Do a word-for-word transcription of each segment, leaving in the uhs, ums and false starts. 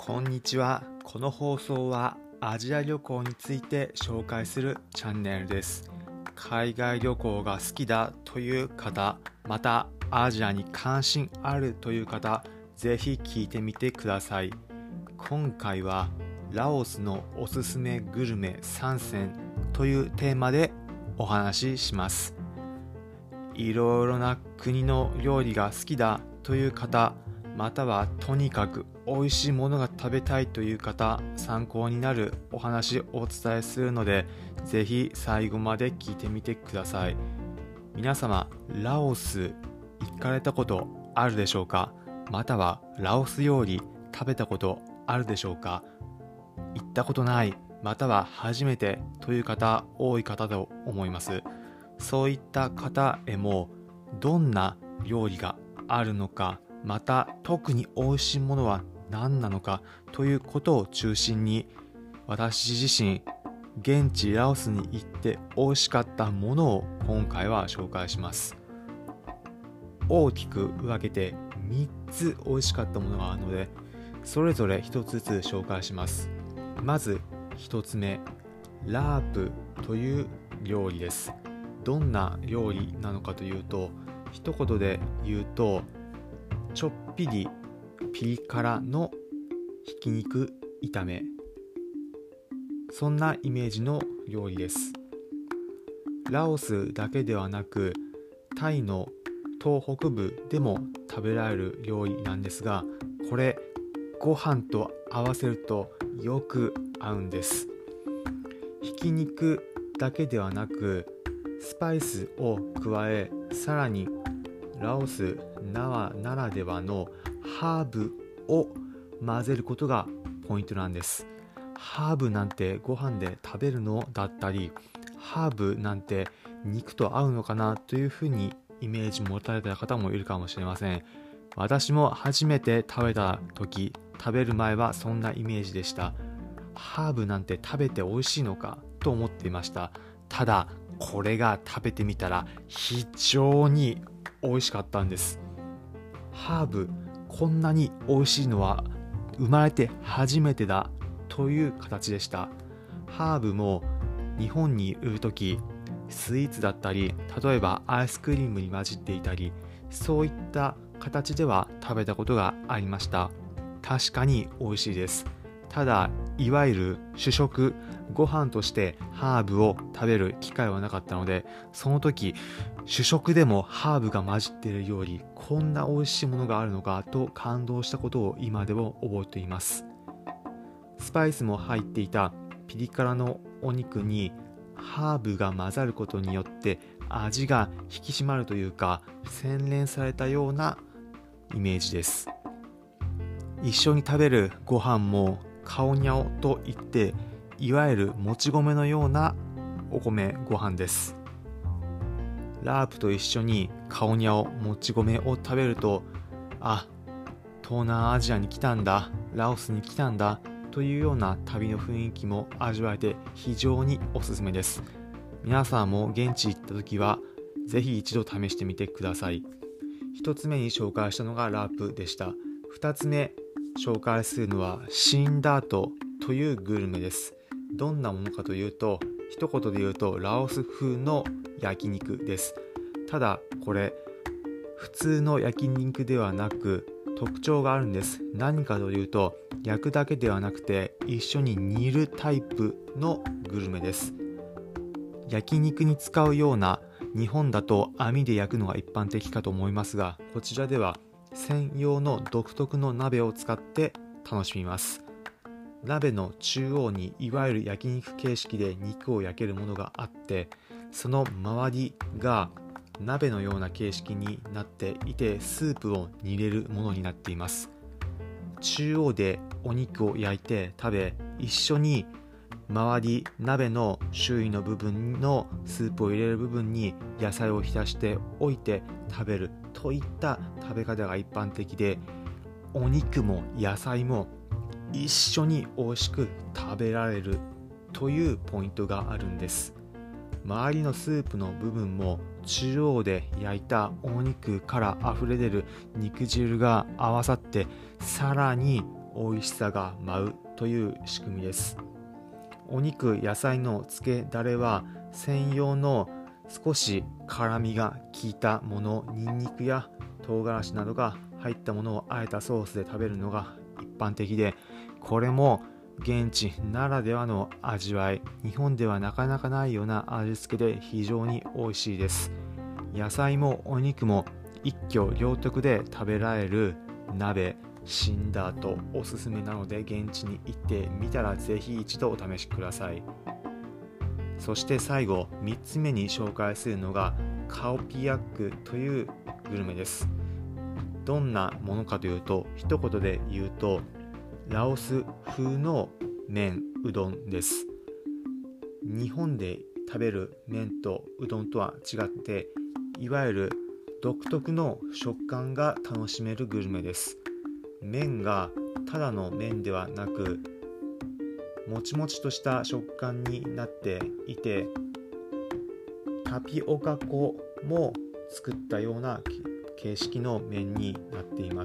こんにちは。この放送はアジア旅行について紹介するチャンネルです。海外旅行が好きだという方、またアジアに関心あるという方、ぜひ聞いてみてください。今回はラオスのおすすめグルメさんせんというテーマでお話しします。いろいろな国の料理が好きだという方、またはとにかく美味しいものが食べたいという方、参考になるお話をお伝えするので、ぜひ最後まで聞いてみてください。皆様、ラオス行かれたことあるでしょうか？またはラオス料理食べたことあるでしょうか？行ったことない、または初めてという方、多い方と思います。そういった方へもどんな料理があるのか、また特に美味しいものは何なのかということを中心に、私自身現地ラオスに行って美味しかったものを今回は紹介します。大きく分けてみっつ美味しかったものがあるので、それぞれひとつずつ紹介します。まずひとつめ、ラープという料理です。どんな料理なのかというと、一言で言うと、ちょっぴりピリ辛のひき肉炒め、そんなイメージの料理です。ラオスだけではなく、タイの東北部でも食べられる料理なんですが、これご飯と合わせるとよく合うんです。ひき肉だけではなく、スパイスを加え、さらにラオスならではのハーブを混ぜることがポイントなんです。ハーブなんてご飯で食べるのだったり、ハーブなんて肉と合うのかなというふうにイメージ持たれた方もいるかもしれません。私も初めて食べた時、食べる前はそんなイメージでした。ハーブなんて食べて美味しいのかと思っていました。ただこれが食べてみたら非常に美味しかったんです。ハーブこんなに美味しいのは生まれて初めてだという形でした。ハーブも日本に売るとき、スイーツだったり、例えばアイスクリームに混じっていたり、そういった形では食べたことがありました。確かに美味しいです。ただいわゆる主食、ご飯としてハーブを食べる機会はなかったので、その時主食でもハーブが混じっている料理、こんな美味しいものがあるのかと感動したことを今でも覚えています。スパイスも入っていたピリ辛のお肉にハーブが混ざることによって味が引き締まるというか、洗練されたようなイメージです。一緒に食べるご飯もカオニャオといって、いわゆるもち米のようなお米ご飯です。ラープと一緒にカオニャオ、もち米を食べると、あ、東南アジアに来たんだ、ラオスに来たんだというような旅の雰囲気も味わえて非常におすすめです。皆さんも現地行った時はぜひ一度試してみてください。一つ目に紹介したのがラープでした。二つ目紹介するのはシンダートというグルメです。どんなものかというと、一言で言うとラオス風の焼肉です。ただこれ普通の焼肉ではなく特徴があるんです。何かというと、焼くだけではなくて一緒に煮るタイプのグルメです。焼肉に使うような、日本だと網で焼くのが一般的かと思いますが、こちらでは専用の独特の鍋を使って楽しみます。鍋の中央にいわゆる焼肉形式で肉を焼けるものがあって、その周りが鍋のような形式になっていて、スープを煮れるものになっています。中央でお肉を焼いて食べ、一緒に周り、鍋の周囲の部分のスープを入れる部分に野菜を浸しておいて食べるといった食べ方が一般的で、お肉も野菜も一緒に美味しく食べられるというポイントがあるんです。周りのスープの部分も中央で焼いたお肉から溢れ出る肉汁が合わさって、さらに美味しさが舞うという仕組みです。お肉、野菜の漬けだれは専用の少し辛みが効いたもの、ニンニクや唐辛子などが入ったものをあえたソースで食べるのが一般的で、これも現地ならではの味わい、日本ではなかなかないような味付けで非常に美味しいです。野菜もお肉も一挙両得で食べられる鍋死んだ後おすすめなので、現地に行ってみたらぜひ一度お試しください。そして最後みっつめに紹介するのがカオピヤックというグルメです。どんなものかというと、一言で言うとラオス風の麺うどんです。日本で食べる麺とうどんとは違って、いわゆる独特の食感が楽しめるグルメです。麺がただの麺ではなく、もちもちとした食感になっていて、タピオカ粉も作ったような形式の麺になっています。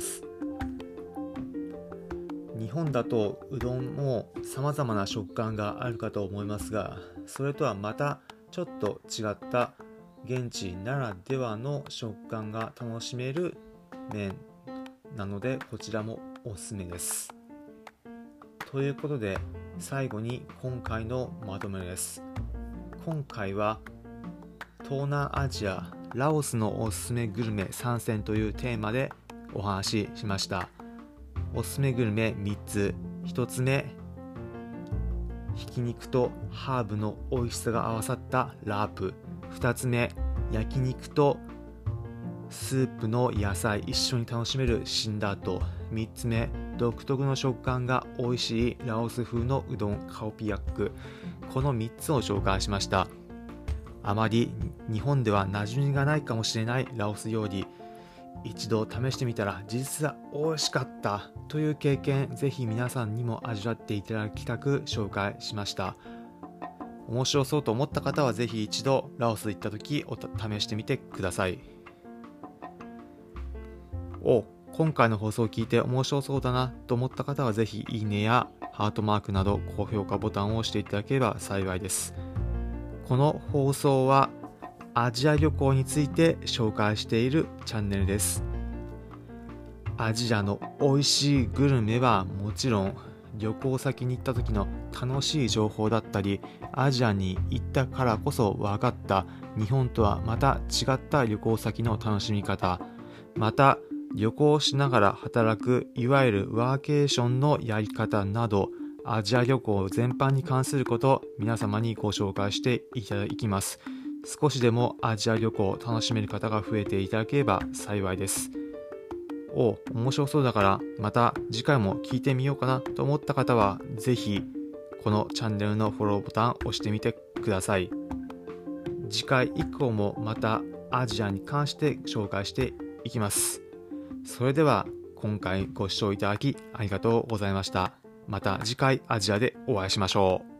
日本だとうどんも様々な食感があるかと思いますが、それとはまたちょっと違った現地ならではの食感が楽しめる麺なので、こちらもおすすめです。ということで最後に今回のまとめです。今回は東南アジアラオスのおすすめグルメさん選というテーマでお話ししました。おすすめグルメみっつ。ひとつめ、ひき肉とハーブの美味しさが合わさったラープ。ふたつめ、焼肉とスープの野菜一緒に楽しめる死んだ後。みっつめ、独特の食感が美味しいラオス風のうどんカオピヤック。このみっつを紹介しました。あまり日本では馴染みがないかもしれないラオス料理、一度試してみたら実は美味しかったという経験、ぜひ皆さんにも味わっていただきたく紹介しました。面白そうと思った方はぜひ一度ラオス行った時お試してみてください。お今回の放送を聞いて面白そうだなと思った方はぜひいいねやハートマークなど高評価ボタンを押していただければ幸いです。この放送はアジア旅行について紹介しているチャンネルです。アジアの美味しいグルメはもちろん、旅行先に行った時の楽しい情報だったり、アジアに行ったからこそ分かった日本とはまた違った旅行先の楽しみ方、また旅行しながら働くいわゆるワーケーションのやり方など、アジア旅行全般に関することを皆様にご紹介していただきます。少しでもアジア旅行を楽しめる方が増えていただければ幸いです。お、面白そうだからまた次回も聞いてみようかなと思った方はぜひこのチャンネルのフォローボタンを押してみてください。次回以降もまたアジアに関して紹介していきます。それでは今回ご視聴いただきありがとうございました。また次回アジアでお会いしましょう。